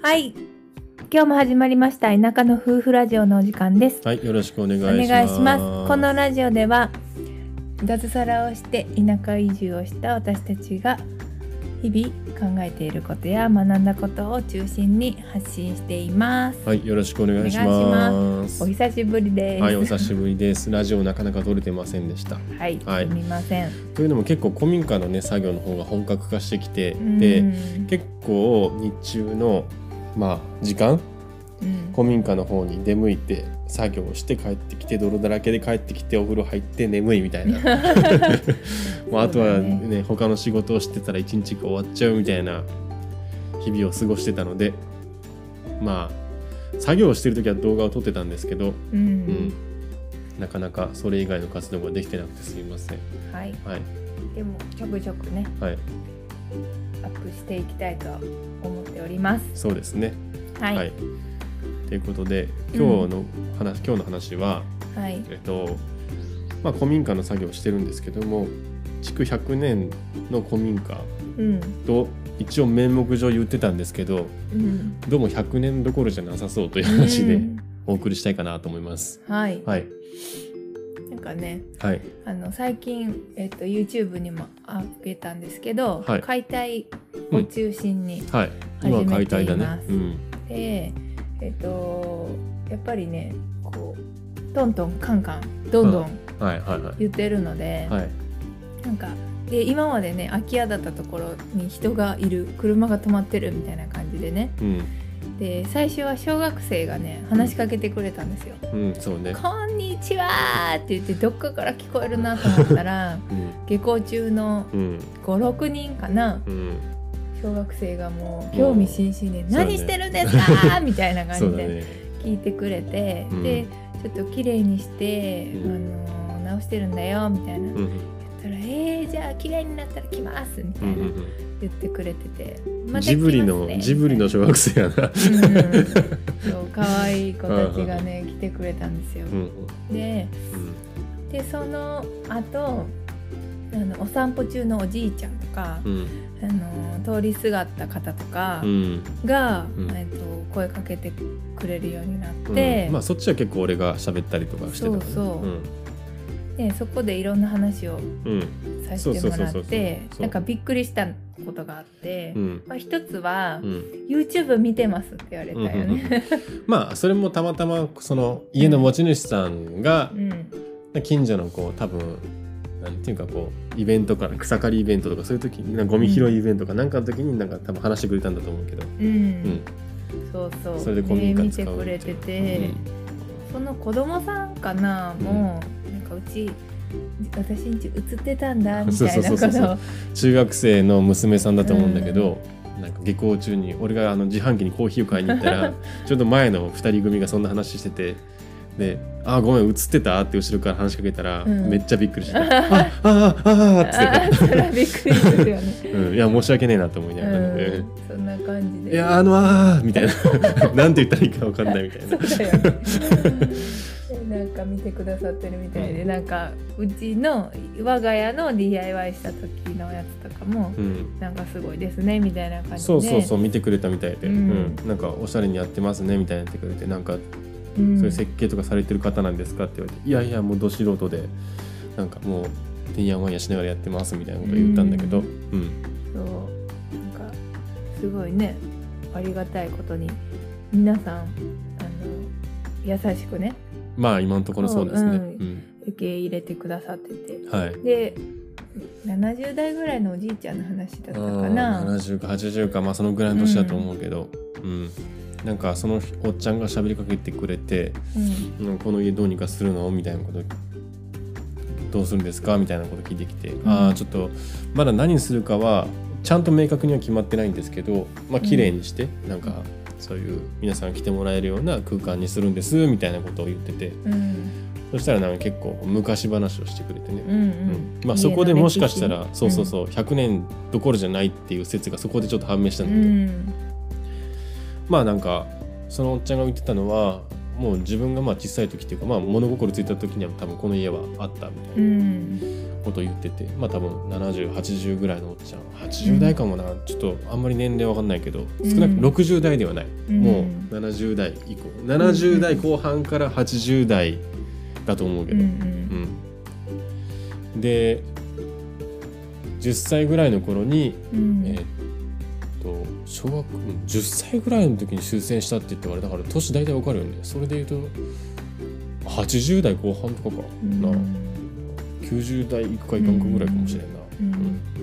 はい、今日も始まりました田舎の夫婦ラジオのお時間です。 はい、よろしくお願いします。 このラジオでは脱サラをして田舎移住をした私たちが日々考えていることや学んだことを中心に発信しています。 はい、よろしくお願いします。 お久しぶりです。 はい、お久しぶりです。ラジオなかなか撮れてませんでした。 はい、すみません。 というのも結構古民家のね作業の方が本格化してきて、で結構日中の時間、古民家の方に出向いて作業して帰ってきて泥だらけで帰ってきてお風呂入って眠いみたいなあとはね他の仕事をしてたら一日が終わっちゃうみたいな日々を過ごしてたので、作業をしてる時は動画を撮ってたんですけど、なかなかそれ以外の活動ができてなくてすみません。 はい、でもちょくちょくね、アップしていきたいと思っております。 そうですね。 はい、 ということで今日の話は、古民家の作業をしてるんですけども、築100年の古民家と一応名目上言ってたんですけど、どうも100年どころじゃなさそうという話でお送りしたいかなと思います。 なんかね、最近、YouTube にも上げたんですけど、解体を中心に始めています。今解体だね。で、やっぱりねこうトントンカンカンどんどん言ってるので、なんかで今までね空き家だったところに人がいる、車が止まってるみたいな感じでね、で最初は小学生がね話しかけてくれたんですよ。 そうね、 こんにちはって言ってどっかから聞こえるなと思ったら、下校中の5、6人かな、小学生がもう興味津々で何してるんですかみたいな感じで聞いてくれて、でちょっと綺麗にして、直してるんだよみたいな言ったら、じゃあ綺麗になったら来ますみたいな言ってくれてて、 ジブリの小学生やな。そう可愛い子たちがね来てくれたんですよ。でその後お散歩中のおじいちゃんとか、通りすがった方とかが、声かけてくれるようになって、 そっちは結構俺が喋ったりとかしてたからね。 でそこでいろんな話をさせてもらって、なんかびっくりしたことがあって、一つは、YouTube 見てますって言われたよね。 それもたまたまその家の持ち主さんが、近所の多分なんていうかイベントから草刈りイベントとかそういう時にゴミ拾いイベントかなんかの時に多分話してくれたんだと思うけど、 それで古民家使う見てくれてて、その子供さんかな、もうなんか私んち映ってたんだみたいなことを中学生の娘さんだと思うんだけど、なんか下校中に俺が自販機にコーヒーを買いに行ったらちょっと前の2人組がそんな話してて、でごめん映ってたって後ろから話しかけたら、めっちゃびっくりした。ってそれはびっくりするよね。 いや申し訳ねえなと思いながら、 そんな感じで、 いやみたいななんて言ったらいいか分かんないみたいな。そうだよね。 なんか見てくださってるみたいで、なんかうちの我が家の DIY した時のやつとかも、なんかすごいですねみたいな感じで、 そう見てくれたみたいで、なんかおしゃれにやってますねみたいな言ってくれて、なんかそういう設計とかされてる方なんですかって言われて、いやもうど素人でなんかもうてんやわんやしながらやってますみたいなことを言ったんだけど、 そうなんかすごいねありがたいことに皆さん優しくね、 今のところそうですね、 受け入れてくださってて、で70代ぐらいのおじいちゃんの話だったかな、 70か80かそのぐらいの年だと思うけど、なんかそのおっちゃんが喋りかけてくれて、この家どうにかするのみたいなこと、どうするんですかみたいなこと聞いてきて、ちょっとまだ何するかはちゃんと明確には決まってないんですけど、綺麗にしてなんかそういう皆さん来てもらえるような空間にするんですみたいなことを言ってて、そしたらなんか結構昔話をしてくれてね、そこでもしかしたら100年どころじゃないっていう説がそこでちょっと判明したので、なんかそのおっちゃんが言ってたのは、 もう自分がまあ小さい時っていうか、まあ、物心ついた時には多分この家はあったみたいなことを言ってて、まあ多分70、80ぐらいのおっちゃん、80代かもな、ちょっとあんまり年齢わかんないけど、少なくとも60代ではない、もう70代以降、70代後半から80代だと思うけど、で10歳ぐらいの頃に、小学10歳ぐらいの時に終戦したって言ってあれだから年大体わかるよね。それで言うと80代後半とかかな、90代いくかいかんかぐらいかもしれんな、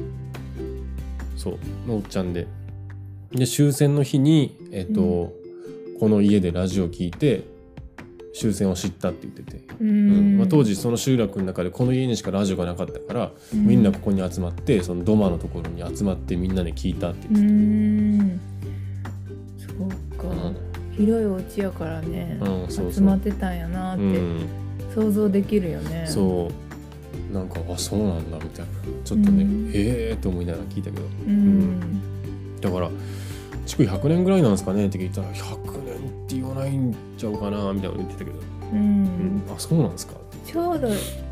そうのおっちゃんで終戦の日に、この家でラジオ聞いて終戦を知ったって言ってて、当時その集落の中でこの家にしかラジオがなかったから、みんなここに集まってその土間のところに集まってみんなで聞いたって言ってて、 そうか、広いお家やからね、集まってたんやなって想像できるよね。 そうなんかそうなんだみたいな、ちょっとね、へえと思いながら聞いたけど、だから築100年ぐらいなんですかねって聞いたら、100年って言わないんちゃうかなみたいなこと言ってたけど、あ、そうなんですかって。 ちょうど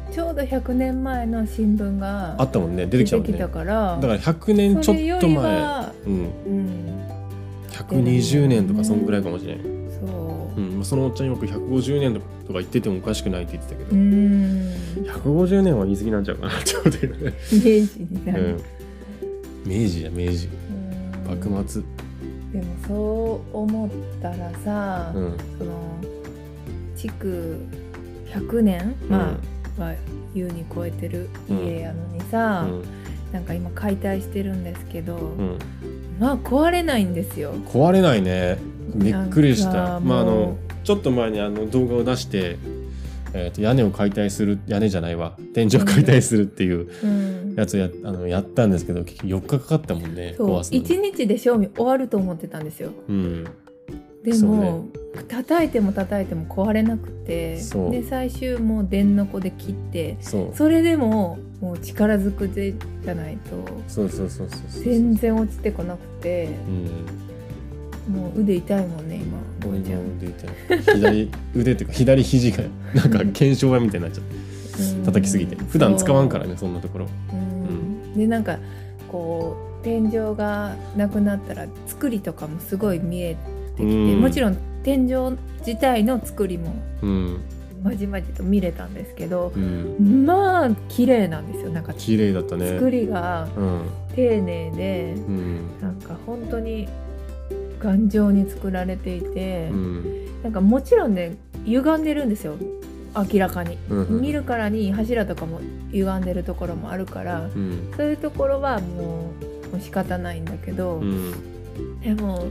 100年前の新聞があったもんね、出てきたもんね。 だから 100年ちょっと前、120年とかそんぐらいかもしれない。そのおっちゃんよく150年とか言っててもおかしくないって言ってたけど、150年は言い過ぎなんちゃうかなって思ってるね。 明治になる、 明治や明治、幕末。 でもそう思ったらさ、その築100年、まあ優に超えてる家やのにさ、なんか今解体してるんですけど、まあ壊れないんですよ。 壊れないね、びっくりした。ちょっと前に動画を出して、屋根を解体する、屋根じゃないわ、天井を解体するっていうやつをやったんですけど、結局4日かかったもんね。 そう1日で賞味終わると思ってたんですよ、でも、叩いても壊れなくて、で最終もう電のこで切って、それでももう力ずくでじゃないと全然落ちてこなくて、もう腕痛いもんね今。 腕痛い、左腕っていうか左肘がなんか腱鞘炎みたいになっちゃって叩きすぎて、普段使わんからね、そんなところ。 でなんかこう天井がなくなったら作りとかもすごい見えてきて、もちろん天井自体の作りもまじまじと見れたんですけど、まあ綺麗なんですよ。なんか綺麗だったね。 作りが丁寧で、なんか本当に頑丈に作られていて、なんかもちろんね歪んでるんですよ、明らかに、見るからに柱とかも歪んでるところもあるから、そういうところはもう仕方ないんだけど、でも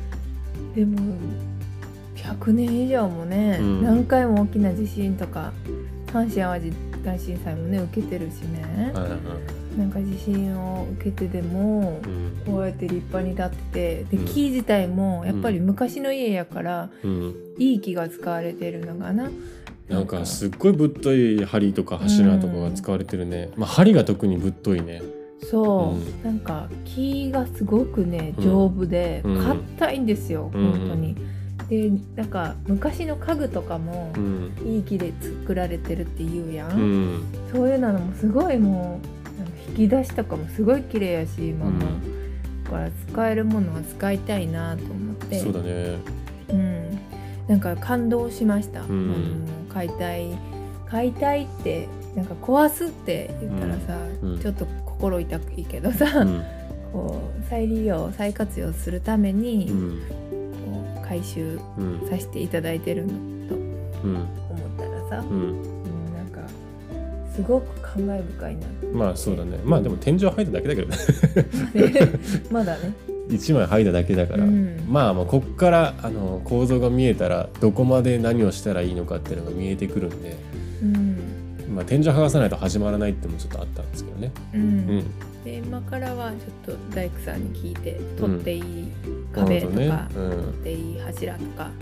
100年以上もね、何回も大きな地震とか阪神・淡路大震災もね受けてるしね、なんか地震を受けてでもこうやって立派に立ってて、で木自体もやっぱり昔の家やから、いい木が使われてるのかな。 なんかすっごいぶっとい梁とか柱とかが使われてるね、梁が特にぶっといね。 そう、なんか木がすごくね丈夫で硬いんですよ、本当に。でなんか昔の家具とかもいい木で作られてるっていうやん、そういうのもすごいもう引き出しとかもすごい綺麗やし今も、だから使えるものは使いたいなと思って。 そうだね、 なんか感動しました、解体ってなんか壊すって言ったらさ、ちょっと心痛いけどさ、こう再利用再活用するために、こう回収させていただいてるのと思ったらさ、なんかすごく感慨深いな。 まあそうだね。まあでも天井剥いだだけだけどねまだね 1枚剥いだだけだから、まあこっから構造が見えたらどこまで何をしたらいいのかっていうのが見えてくるんで、まあ天井剥がさないと始まらないってもちょっとあったんですけどね。 で今からはちょっと大工さんに聞いて取っていい壁とか、取っていい柱とか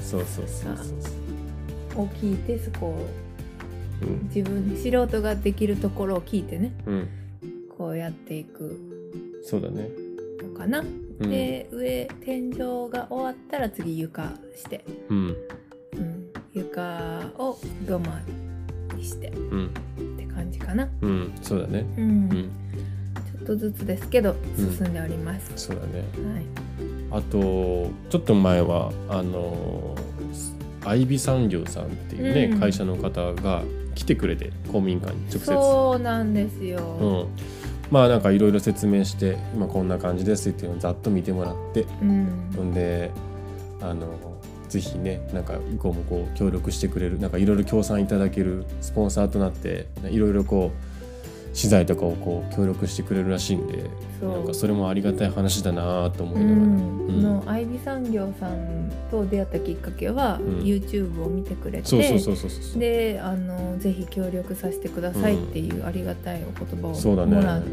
を聞いて、そこを自分素人ができるところを聞いてね、こうやっていくそうだねのかな。で天井が終わったら次床して、床家を土間にして、って感じかな。 そうだね。 ちょっとずつですけど進んでおります。 そうだね。あとちょっと前はアイビ産業さんっていうね、会社の方が来てくれて、公民館に直接。 そうなんですよ。 まあなんかいろいろ説明して、今こんな感じですっていうのをざっと見てもらって、んでぜひね、なんか以降もこう協力してくれる、なんかいろいろ協賛いただけるスポンサーとなって、いろいろこう資材とかをこう協力してくれるらしいんで、なんかそれもありがたい話だなと思いながら。 アイビ産業さんと出会ったきっかけは、YouTube を見てくれて、でぜひ協力させてくださいっていうありがたいお言葉をもらって、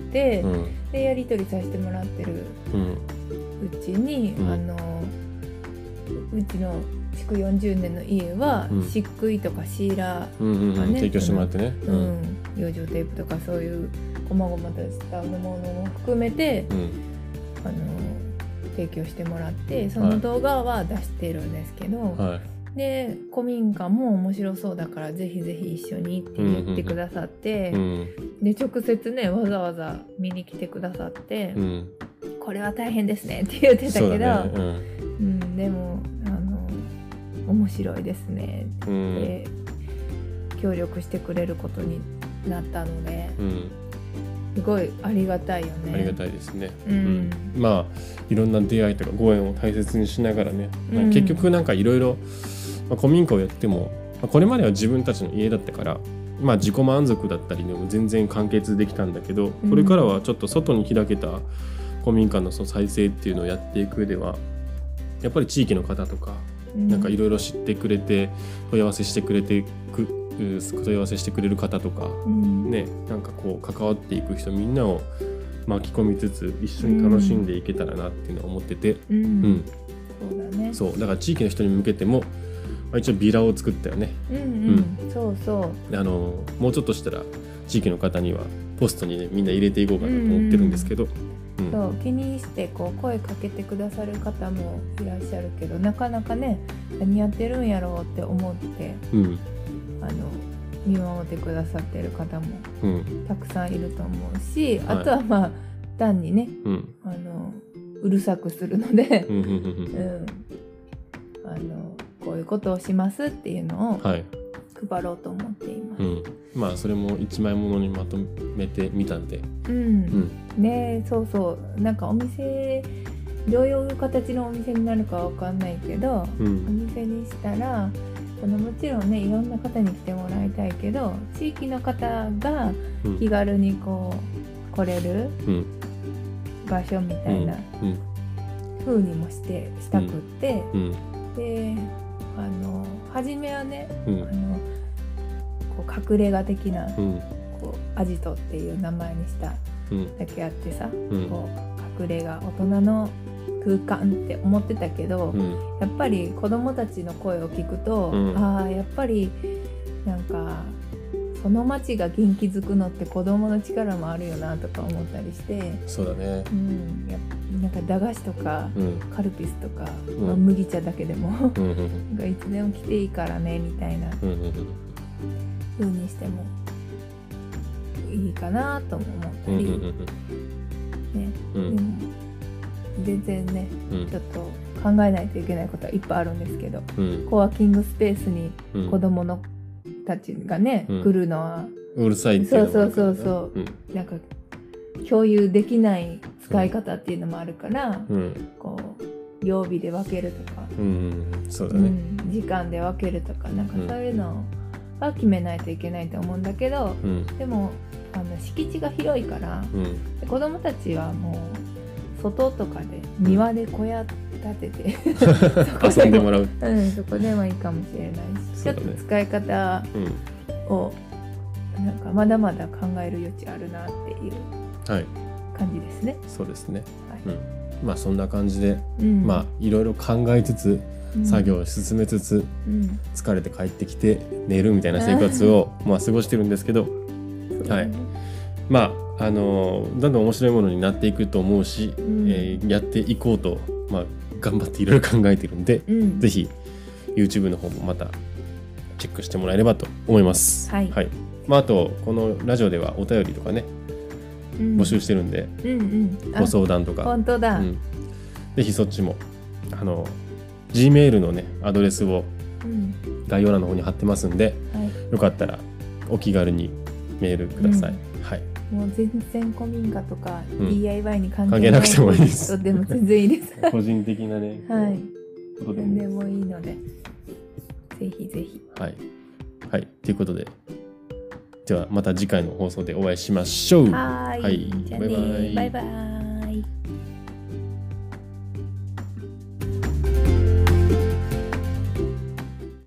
でやり取りさせてもらってるうちに、うちの築40年の家は漆喰とかシーラーがね、 提供してもらってね、 養生テープとかそういう細々としたものも含めて、提供してもらって、その動画は出してるんですけど、で古民家も面白そうだからぜひぜひ一緒にって言ってくださって、で直接ねわざわざ見に来てくださって、これは大変ですねって言ってたけど、でも面白いですねって協力してくれることになったので、すごいありがたいよね。 ありがたいですね。まあいろんな出会いとかご縁を大切にしながらね、結局なんかいろいろ古民家をやっても、これまでは自分たちの家だったから、自己満足だったりでも全然完結できたんだけど、これからはちょっと外に開けた古民家のその再生っていうのをやっていく上では、やっぱり地域の方とかなんかいろいろ知ってくれて問い合わせしてくれる方とか、ね、なんかこう関わっていく人みんなを巻き込みつつ一緒に楽しんでいけたらなっていうのを思ってて、 そうだね。 そうだから地域の人に向けても、一応ビラを作ったよね。 そうそう。 もうちょっとしたら地域の方にはポストにねみんな入れていこうかなと思ってるんですけど、 そう気にしてこう声かけてくださる方もいらっしゃるけど、なかなかね何やってるんやろうって思って、見守ってくださってる方もたくさんいると思うし、あとは単にね、うるさくするのでこういうことをしますっていうのを配ろうと思っています。 それも一枚ものにまとめてみたんで、 ね、そうそうなんかお店どういう形のお店になるかわかんないけど、お店にしたらもちろんねいろんな方に来てもらいたいけど、地域の方が気軽にこう来れる場所みたいな風にもしたくって、で初めはね、こう隠れ家的な、こうアジトっていう名前にしただけあってさ、こう隠れ家大人の空間って思ってたけど、やっぱり子どもたちの声を聞くと、やっぱりなんかその町が元気づくのって子どもの力もあるよなとか思ったりして、 そうだね、 なんか駄菓子とか、カルピスとか、麦茶だけでもなんかいつでも来ていいからねみたいな風にしてもいいかなとも思ったり、でも全然ね、ちょっと考えないといけないことはいっぱいあるんですけど、コワーキングスペースに子どものたちがね、来るのはうるさいっていうのもそう、なんか共有できない使い方っていうのもあるから、こう曜日で分けるとか、 そうだね、 時間で分けるとか、なんかそういうのは決めないといけないと思うんだけど、でも敷地が広いから、子どもたちはもう外とかで庭で小屋立てて遊んでもらう、 そこでもいいかもしれないし、ちょっと使い方をなんかまだまだ考える余地あるなっていう感じですね。 そうですね、そんな感じで、いろいろ考えつつ作業を進めつつ、疲れて帰ってきて寝るみたいな生活を過ごしてるんですけど、だんだん面白いものになっていくと思うし、やっていこうと、頑張っていろいろ考えてるんで、ぜひ YouTube の方もまたチェックしてもらえればと思います。 はい、 はい。あとこのラジオではお便りとかね、募集してるんで、ご相談とか、 本当だ、 ぜひそっちもGmail のねアドレスを概要欄の方に貼ってますんで、よかったらお気軽にメールください。はい。 もう全然古民家とか DIY に関係なくてもいいです。 でも全然いいです。 個人的なね、 はい。何でもいいので、ぜひぜひ。 はい。はい。ということで、ではまた次回の放送でお会いしましょう。 はい。じゃあね、バイバイ。